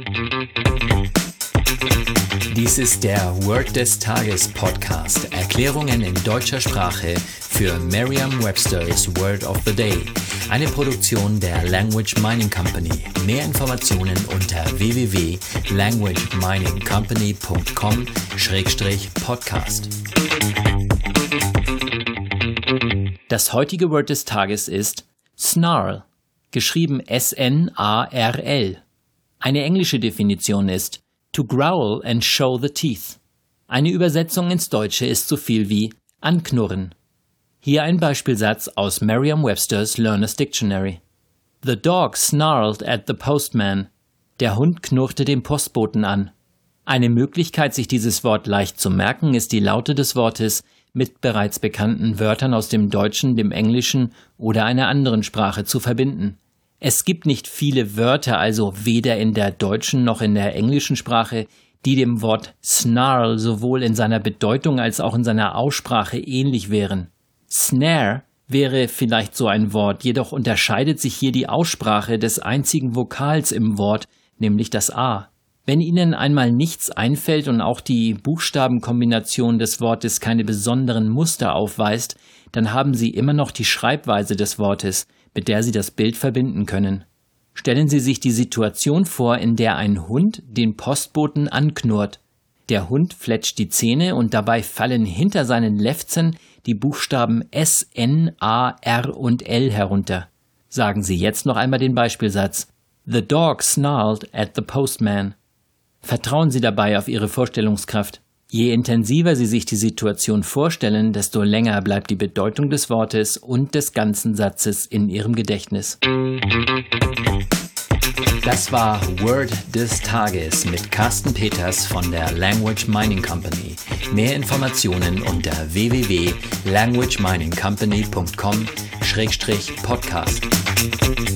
Dies ist der Word des Tages Podcast. Erklärungen in deutscher Sprache für Merriam-Webster's Word of the Day. Eine Produktion der Language Mining Company. Mehr Informationen unter www.languageminingcompany.com/podcast. Das heutige Word des Tages ist Snarl, geschrieben S-N-A-R-L. Eine englische Definition ist to growl and show the teeth. Eine Übersetzung ins Deutsche ist so viel wie anknurren. Hier ein Beispielsatz aus Merriam-Webster's Learner's Dictionary. The dog snarled at the postman. Der Hund knurrte den Postboten an. Eine Möglichkeit, sich dieses Wort leicht zu merken, ist die Laute des Wortes mit bereits bekannten Wörtern aus dem Deutschen, dem Englischen oder einer anderen Sprache zu verbinden. Es gibt nicht viele Wörter, also weder in der deutschen noch in der englischen Sprache, die dem Wort snarl sowohl in seiner Bedeutung als auch in seiner Aussprache ähnlich wären. Snare wäre vielleicht so ein Wort, jedoch unterscheidet sich hier die Aussprache des einzigen Vokals im Wort, nämlich das A. Wenn Ihnen einmal nichts einfällt und auch die Buchstabenkombination des Wortes keine besonderen Muster aufweist, dann haben Sie immer noch die Schreibweise des Wortes, mit der Sie das Bild verbinden können. Stellen Sie sich die Situation vor, in der ein Hund den Postboten anknurrt. Der Hund fletscht die Zähne und dabei fallen hinter seinen Lefzen die Buchstaben S, N, A, R und L herunter. Sagen Sie jetzt noch einmal den Beispielsatz. The dog snarled at the postman. Vertrauen Sie dabei auf Ihre Vorstellungskraft. Je intensiver Sie sich die Situation vorstellen, desto länger bleibt die Bedeutung des Wortes und des ganzen Satzes in Ihrem Gedächtnis. Das war Word des Tages mit Carsten Peters von der Language Mining Company. Mehr Informationen unter www.languageminingcompany.com/podcast.